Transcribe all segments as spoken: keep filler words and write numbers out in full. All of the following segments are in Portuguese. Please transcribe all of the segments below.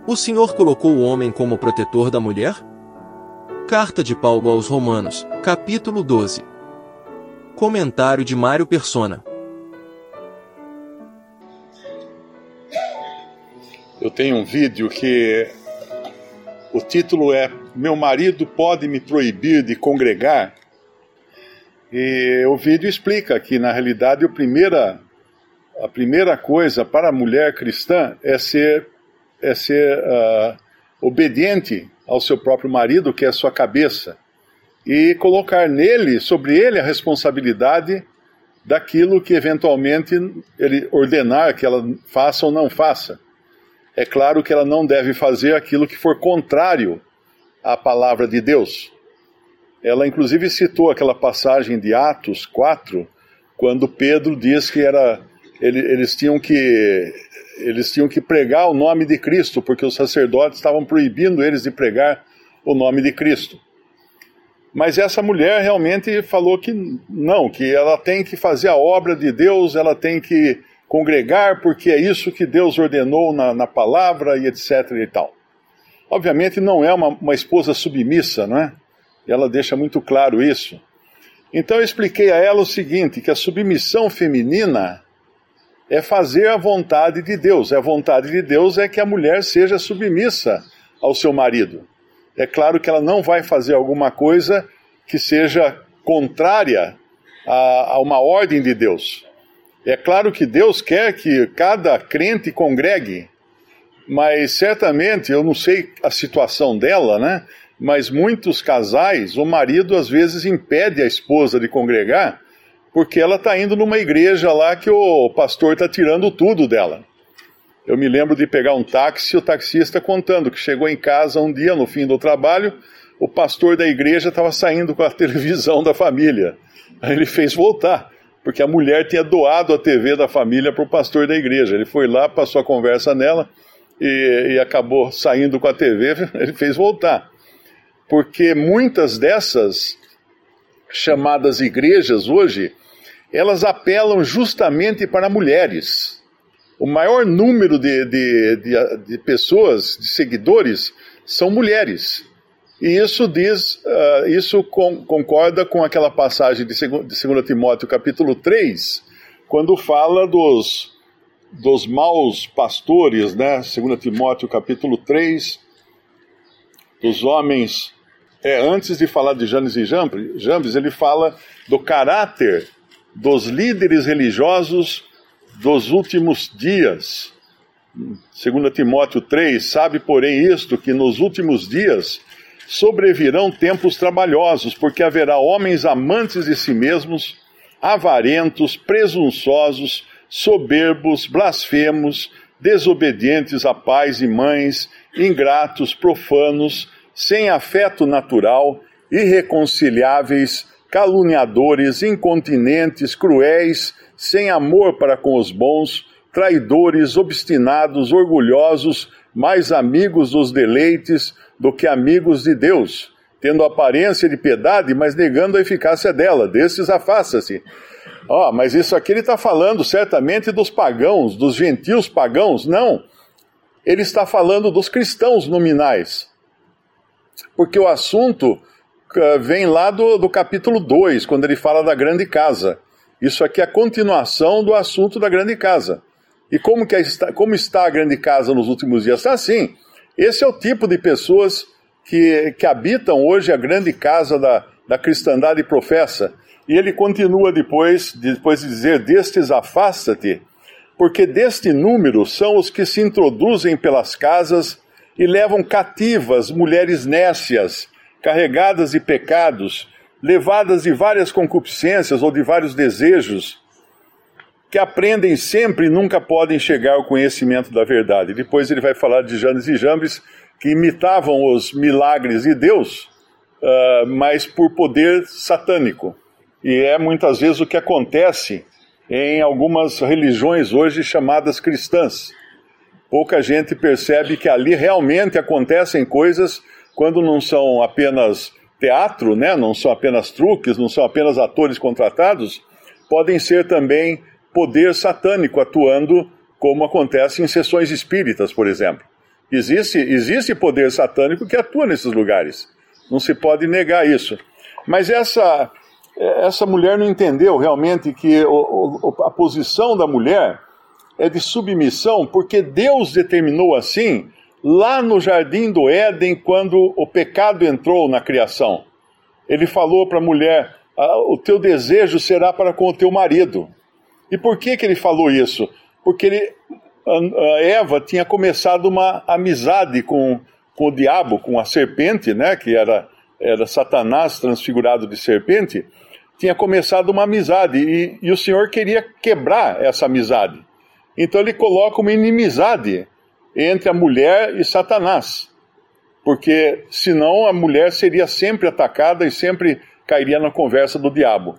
O Senhor colocou o homem como protetor da mulher? Carta de Paulo aos Romanos, capítulo doze. Comentário de Mário Persona. Eu tenho um vídeo que o título é Meu marido pode me proibir de congregar? E o vídeo explica que, na realidade, a primeira, a primeira coisa para a mulher cristã é ser, é ser uh, obediente ao seu próprio marido, que é a sua cabeça, e colocar nele, sobre ele, a responsabilidade daquilo que eventualmente ele ordenar que ela faça ou não faça. É claro que ela não deve fazer aquilo que for contrário à palavra de Deus. Ela inclusive citou aquela passagem de Atos quatro, quando Pedro diz que era, ele, eles, tinham que, eles tinham que pregar o nome de Cristo, porque os sacerdotes estavam proibindo eles de pregar o nome de Cristo. Mas essa mulher realmente falou que não, que ela tem que fazer a obra de Deus, ela tem que congregar, porque é isso que Deus ordenou na, na palavra, e etc e tal. Obviamente não é uma, uma esposa submissa, não é? Ela deixa muito claro isso. Então eu expliquei a ela o seguinte, que a submissão feminina é fazer a vontade de Deus. A vontade de Deus é que a mulher seja submissa ao seu marido. É claro que ela não vai fazer alguma coisa que seja contrária a, a uma ordem de Deus. É claro que Deus quer que cada crente congregue, mas certamente, eu não sei a situação dela, né? Mas muitos casais, o marido às vezes impede a esposa de congregar, porque ela está indo numa igreja lá que o pastor está tirando tudo dela. Eu me lembro de pegar um táxi, o taxista contando que chegou em casa um dia, no fim do trabalho, o pastor da igreja estava saindo com a televisão da família. Aí ele fez voltar, porque a mulher tinha doado a T V da família para o pastor da igreja. Ele foi lá, passou a conversa nela e, e acabou saindo com a T V, ele fez voltar. Porque muitas dessas chamadas igrejas hoje, elas apelam justamente para mulheres. O maior número de, de, de, de pessoas, de seguidores, são mulheres. E isso diz, uh, isso com, concorda com aquela passagem de dois Timóteo capítulo três, quando fala dos, dos maus pastores, né? dois Timóteo capítulo três, dos homens... É, antes de falar de Janes e Jambres, ele fala do caráter dos líderes religiosos dos últimos dias. dois Timóteo três, sabe, porém, isto, que nos últimos dias sobrevirão tempos trabalhosos, porque haverá homens amantes de si mesmos, avarentos, presunçosos, soberbos, blasfemos, desobedientes a pais e mães, ingratos, profanos, sem afeto natural, irreconciliáveis, caluniadores, incontinentes, cruéis, sem amor para com os bons, traidores, obstinados, orgulhosos, mais amigos dos deleites do que amigos de Deus, tendo aparência de piedade, mas negando a eficácia dela. Desses afasta-se. Ó, oh, mas isso aqui ele está falando certamente dos pagãos, dos gentios pagãos. Não, ele está falando dos cristãos nominais. Porque o assunto uh, vem lá do, do capítulo dois, quando ele fala da grande casa. Isso aqui é a continuação do assunto da grande casa. E como, que é, como está a grande casa nos últimos dias? Está assim. Esse é o tipo de pessoas que, que habitam hoje a grande casa da, da cristandade professa. E ele continua depois, depois de dizer, destes afasta-te, porque deste número são os que se introduzem pelas casas e levam cativas mulheres nécias, carregadas de pecados, levadas de várias concupiscências ou de vários desejos, que aprendem sempre e nunca podem chegar ao conhecimento da verdade. Depois ele vai falar de Janes e Jambres, que imitavam os milagres de Deus, uh, mas por poder satânico. E é muitas vezes o que acontece em algumas religiões hoje chamadas cristãs. Pouca gente percebe que ali realmente acontecem coisas quando não são apenas teatro, né? Não são apenas truques, não são apenas atores contratados, podem ser também poder satânico atuando, como acontece em sessões espíritas, por exemplo. Existe, existe poder satânico que atua nesses lugares. Não se pode negar isso. Mas essa, essa mulher não entendeu realmente que o, o, a posição da mulher é de submissão, porque Deus determinou assim, lá no Jardim do Éden, quando o pecado entrou na criação. Ele falou para a mulher, o teu desejo será para com o teu marido. E por que que ele falou isso? Porque ele, a Eva tinha começado uma amizade com, com o diabo, com a serpente, né, que era, era Satanás transfigurado de serpente, tinha começado uma amizade, e, e o Senhor queria quebrar essa amizade. Então ele coloca uma inimizade entre a mulher e Satanás, porque senão a mulher seria sempre atacada e sempre cairia na conversa do diabo.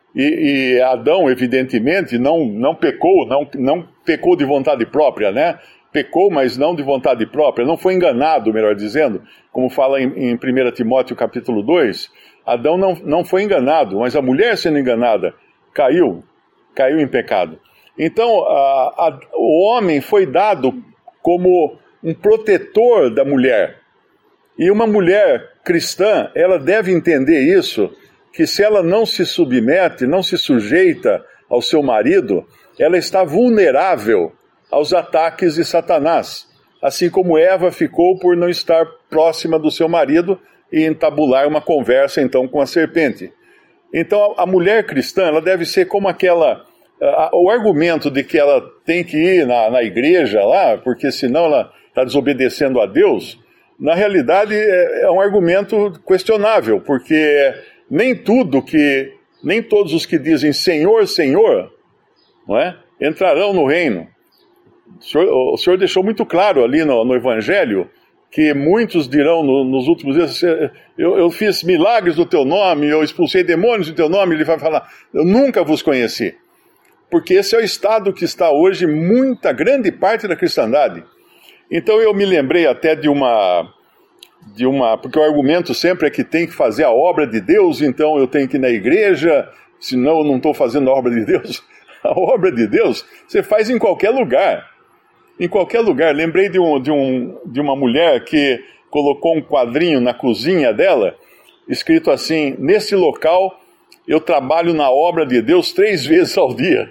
E, e Adão, evidentemente, não, não pecou, não, não pecou de vontade própria, né? Pecou, mas não de vontade própria, não foi enganado, melhor dizendo, como fala em, em primeiro Timóteo capítulo dois, Adão não, não foi enganado, mas a mulher sendo enganada caiu, caiu em pecado. Então, a, a, o homem foi dado como um protetor da mulher. E uma mulher cristã, ela deve entender isso, que se ela não se submete, não se sujeita ao seu marido, ela está vulnerável aos ataques de Satanás. Assim como Eva ficou por não estar próxima do seu marido e entabular uma conversa, então, com a serpente. Então, a, a mulher cristã, ela deve ser como aquela... A, o argumento de que ela tem que ir na, na igreja lá, porque senão ela está desobedecendo a Deus, na realidade é, é um argumento questionável, porque nem tudo que, nem todos os que dizem Senhor, Senhor, não é, entrarão no reino. O Senhor, o Senhor deixou muito claro ali no, no Evangelho que muitos dirão no, nos últimos dias, eu, eu fiz milagres no teu nome, eu expulsei demônios no teu nome, ele vai falar, eu nunca vos conheci. Porque esse é o estado que está hoje muita, grande parte da cristandade. Então eu me lembrei até de uma, de uma... Porque o argumento sempre é que tem que fazer a obra de Deus, então eu tenho que ir na igreja, senão eu não estou fazendo a obra de Deus. A obra de Deus você faz em qualquer lugar. Em qualquer lugar. Lembrei de, um, de, um, de uma mulher que colocou um quadrinho na cozinha dela, escrito assim, nesse local eu trabalho na obra de Deus três vezes ao dia.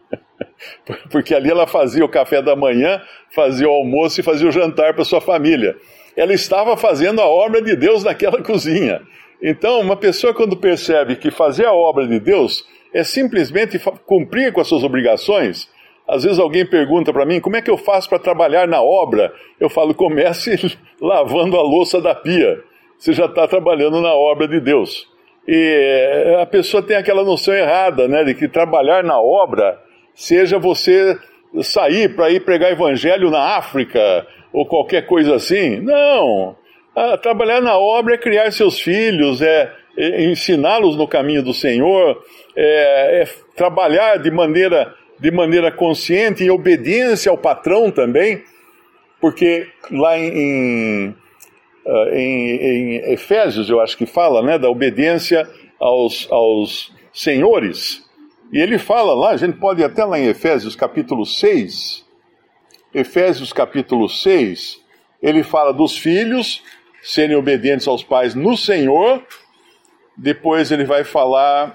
Porque ali ela fazia o café da manhã, fazia o almoço e fazia o jantar para sua família. Ela estava fazendo a obra de Deus naquela cozinha. Então, uma pessoa quando percebe que fazer a obra de Deus é simplesmente cumprir com as suas obrigações, às vezes alguém pergunta para mim, como é que eu faço para trabalhar na obra? Eu falo, comece lavando a louça da pia. Você já está trabalhando na obra de Deus. E a pessoa tem aquela noção errada, né, de que trabalhar na obra seja você sair para ir pregar evangelho na África ou qualquer coisa assim. Não, a, trabalhar na obra é criar seus filhos, é, é ensiná-los no caminho do Senhor, é, é trabalhar de maneira, de maneira consciente, em obediência ao patrão também, porque lá em... em Em, em Efésios, eu acho que fala, né, da obediência aos, aos senhores. E ele fala lá, a gente pode ir até lá em Efésios capítulo seis, Efésios capítulo seis, ele fala dos filhos serem obedientes aos pais no Senhor. Depois ele vai falar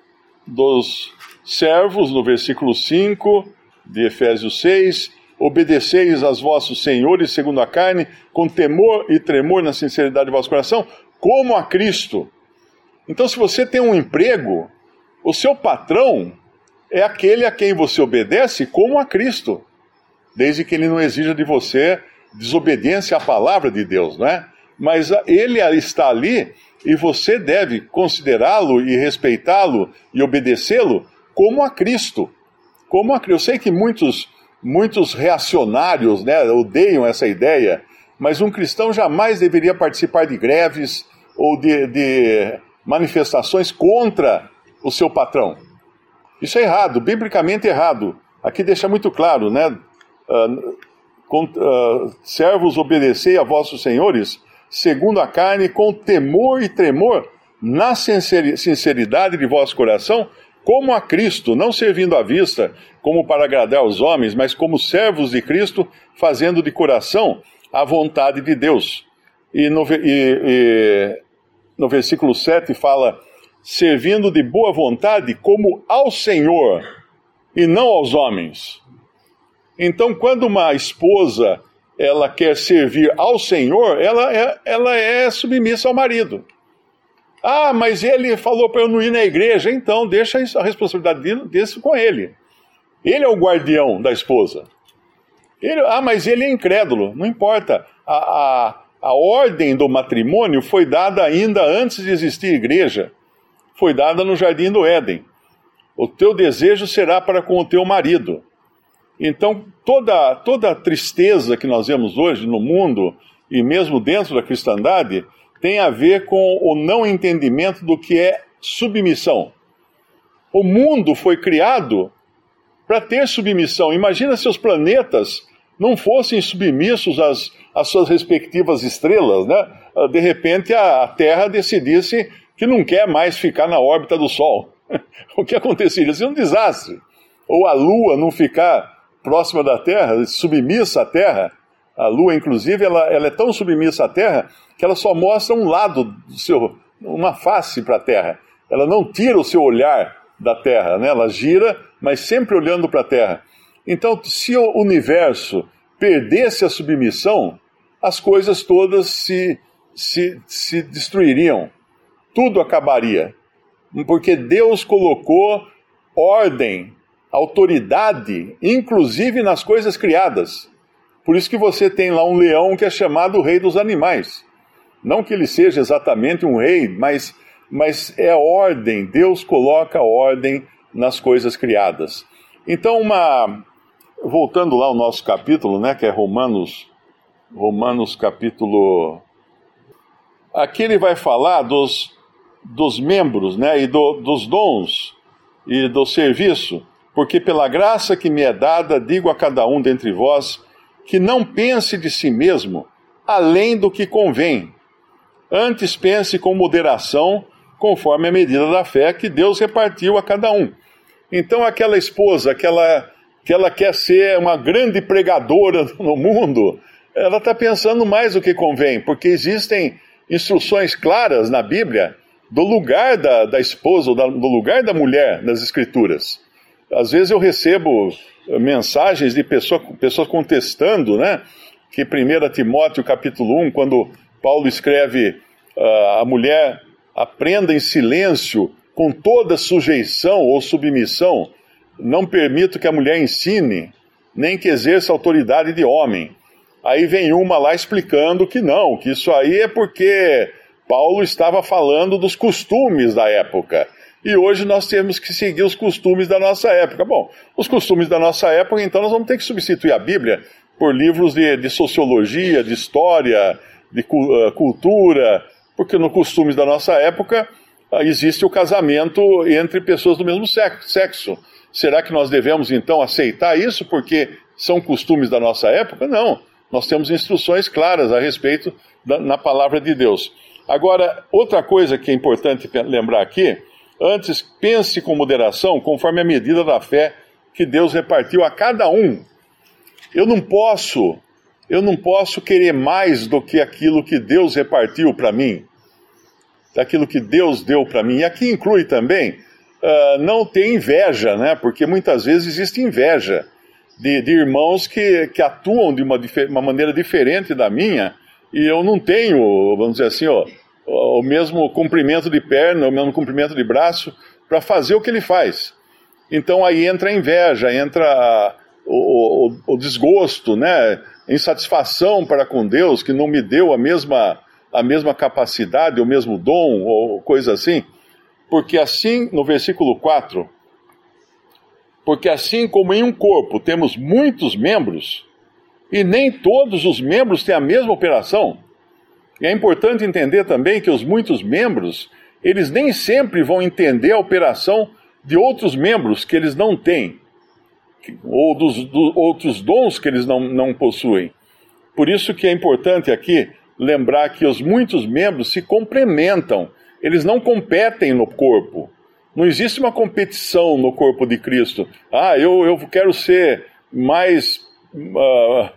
dos servos, no versículo cinco de Efésios seis, obedeceis aos vossos senhores segundo a carne, com temor e tremor na sinceridade de vosso coração, como a Cristo. Então, se você tem um emprego, o seu patrão é aquele a quem você obedece como a Cristo, desde que ele não exija de você desobediência à palavra de Deus, não é? Mas ele está ali e você deve considerá-lo e respeitá-lo e obedecê-lo como a Cristo. Como a Cristo. Eu sei que muitos... Muitos reacionários, né, odeiam essa ideia, mas um cristão jamais deveria participar de greves ou de, de manifestações contra o seu patrão. Isso é errado, biblicamente errado. Aqui deixa muito claro, né? Uh, com, uh, servos, obedecei a vossos senhores, segundo a carne, com temor e tremor, na sinceridade de vosso coração, como a Cristo, não servindo à vista, como para agradar aos homens, mas como servos de Cristo, fazendo de coração à vontade de Deus. E no, e, e, no versículo sete fala, servindo de boa vontade como ao Senhor e não aos homens. Então, quando uma esposa ela quer servir ao Senhor, ela é, ela é submissa ao marido. Ah, mas ele falou para eu não ir na igreja, então deixa a responsabilidade disso com ele. Ele é o guardião da esposa. Ele, ah, mas ele é incrédulo. Não importa. A, a, a ordem do matrimônio foi dada ainda antes de existir igreja. Foi dada no Jardim do Éden. O teu desejo será para com o teu marido. Então, toda, toda a tristeza que nós vemos hoje no mundo, e mesmo dentro da cristandade, tem a ver com o não entendimento do que é submissão. O mundo foi criado para ter submissão. Imagina se os planetas não fossem submissos às, às suas respectivas estrelas, né? De repente a, a Terra decidisse que não quer mais ficar na órbita do Sol. O que aconteceria? Seria um desastre. Ou a Lua não ficar próxima da Terra, submissa à Terra. A Lua, inclusive, ela, ela é tão submissa à Terra que ela só mostra um lado do seu, uma face para a Terra. Ela não tira o seu olhar da Terra, né? Ela gira, mas sempre olhando para a Terra. Então, se o universo perdesse a submissão, as coisas todas se, se, se destruiriam. Tudo acabaria. Porque Deus colocou ordem, autoridade, inclusive nas coisas criadas. Por isso que você tem lá um leão que é chamado o rei dos animais. Não que ele seja exatamente um rei, mas, mas é ordem. Deus coloca ordem nas coisas criadas. Então, uma, voltando lá ao nosso capítulo, né, que é Romanos, Romanos capítulo... Aqui ele vai falar dos, dos membros, né, e do, dos dons e do serviço. Porque pela graça que me é dada, digo a cada um dentre vós, que não pense de si mesmo além do que convém. Antes pense com moderação, conforme a medida da fé que Deus repartiu a cada um. Então aquela esposa que ela, que ela quer ser uma grande pregadora no mundo, ela está pensando mais do que convém, porque existem instruções claras na Bíblia do lugar da, da esposa, ou da, do lugar da mulher nas Escrituras. Às vezes eu recebo mensagens de pessoa, pessoas contestando, né, que primeiro Timóteo capítulo um, quando Paulo escreve uh, a mulher aprenda em silêncio, com toda sujeição ou submissão, não permito que a mulher ensine, nem que exerça autoridade de homem. Aí vem uma lá explicando que não, que isso aí é porque Paulo estava falando dos costumes da época. E hoje nós temos que seguir os costumes da nossa época. Bom, os costumes da nossa época, então nós vamos ter que substituir a Bíblia por livros de, de sociologia, de história, de uh, cultura, porque nos costumes da nossa época uh, existe o casamento entre pessoas do mesmo sexo. Será que nós devemos então aceitar isso porque são costumes da nossa época? Não, nós temos instruções claras a respeito da, na palavra de Deus. Agora, outra coisa que é importante lembrar aqui, antes, pense com moderação, conforme a medida da fé que Deus repartiu a cada um. Eu não posso, eu não posso querer mais do que aquilo que Deus repartiu para mim, daquilo que Deus deu para mim. E aqui inclui também uh, não ter inveja, né? Porque muitas vezes existe inveja de, de irmãos que, que atuam de uma, uma maneira diferente da minha, e eu não tenho, vamos dizer assim, ó, o mesmo comprimento de perna, o mesmo comprimento de braço, para fazer o que ele faz. Então aí entra a inveja, entra o, o, o desgosto, né? Insatisfação para com Deus, que não me deu a mesma, a mesma capacidade, o mesmo dom, ou coisa assim. Porque assim, no versículo quatro, porque assim como em um corpo temos muitos membros, e nem todos os membros têm a mesma operação. E é importante entender também que os muitos membros, eles nem sempre vão entender a operação de outros membros que eles não têm, ou dos, dos outros dons que eles não, não possuem. Por isso que é importante aqui lembrar que os muitos membros se complementam, eles não competem no corpo. Não existe uma competição no corpo de Cristo. Ah, eu, eu quero ser mais... Uh,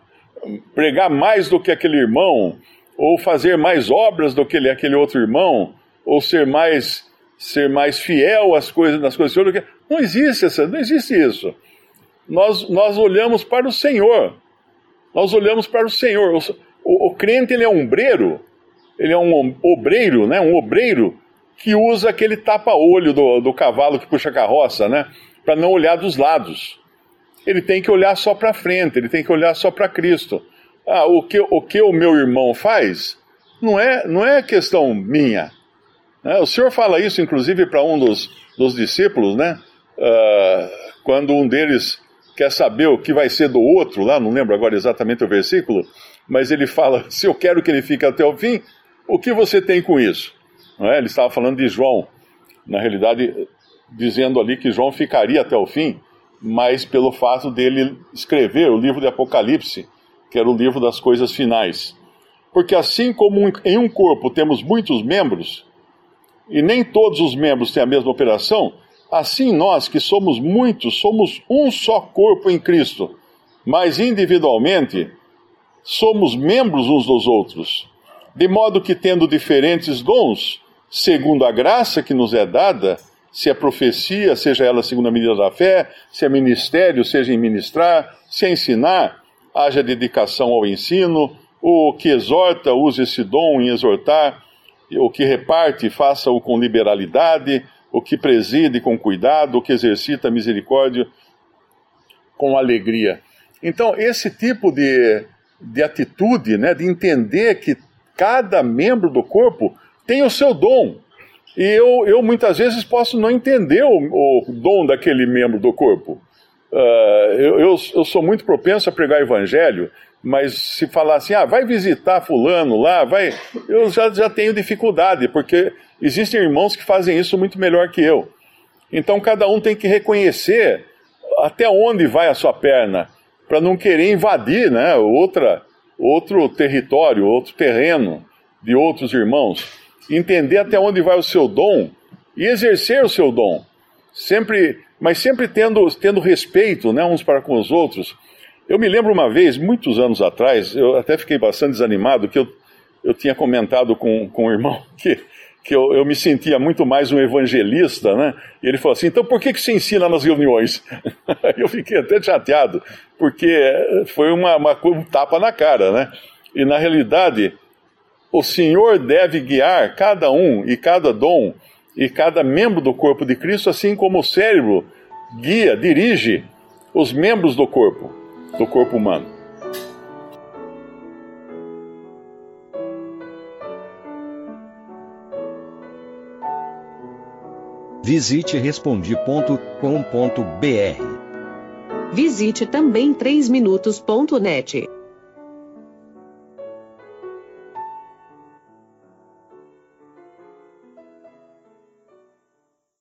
pregar mais do que aquele irmão, ou fazer mais obras do que ele, aquele outro irmão, ou ser mais, ser mais fiel às coisas, nas coisas do Senhor. Do que... Não existe essa, não existe isso. Nós, nós olhamos para o Senhor. Nós olhamos para o Senhor. O, o, o crente, ele é um ombreiro, ele é um obreiro, né? Um obreiro que usa aquele tapa-olho do, do cavalo que puxa a carroça, né? Para não olhar dos lados. Ele tem que olhar só para frente, ele tem que olhar só para Cristo. Ah, o que, o que o meu irmão faz não é, não é questão minha. Né? O Senhor fala isso, inclusive, para um dos, dos discípulos, né? Uh, quando um deles quer saber o que vai ser do outro, lá, não lembro agora exatamente o versículo, mas ele fala, se eu quero que ele fique até o fim, o que você tem com isso? Não é? Ele estava falando de João, na realidade, dizendo ali que João ficaria até o fim, mas pelo fato dele escrever o livro de Apocalipse, que era o livro das coisas finais. Porque assim como em um corpo temos muitos membros, e nem todos os membros têm a mesma operação, assim nós, que somos muitos, somos um só corpo em Cristo, mas individualmente somos membros uns dos outros, de modo que, tendo diferentes dons, segundo a graça que nos é dada, se é profecia, seja ela segundo a medida da fé, se é ministério, seja em ministrar, se é ensinar, haja dedicação ao ensino, o que exorta, use esse dom em exortar, o que reparte, faça-o com liberalidade, o que preside com cuidado, o que exercita misericórdia com alegria. Então, esse tipo de, de atitude, né, de entender que cada membro do corpo tem o seu dom. E eu, eu muitas vezes posso não entender o, o dom daquele membro do corpo. Uh, eu, eu, eu sou muito propenso a pregar evangelho, mas se falar assim, ah, vai visitar fulano lá, vai, eu já, já tenho dificuldade, porque existem irmãos que fazem isso muito melhor que eu. Então cada um tem que reconhecer até onde vai a sua perna, para não querer invadir, né, outra, outro território, outro terreno de outros irmãos. Entender até onde vai o seu dom e exercer o seu dom, sempre, mas sempre tendo, tendo respeito, né, uns para com os outros. Eu me lembro uma vez, muitos anos atrás, eu até fiquei bastante desanimado, que eu, eu tinha comentado com, com o irmão que, que eu, eu me sentia muito mais um evangelista, né? E ele falou assim, então por que, que você ensina nas reuniões? Eu fiquei até chateado, porque foi uma, uma, um tapa na cara, né? E na realidade, o Senhor deve guiar cada um e cada dom e cada membro do corpo de Cristo, assim como o cérebro guia, dirige os membros do corpo, do corpo humano. Visite respondi ponto com ponto br. Visite também três minutos ponto net.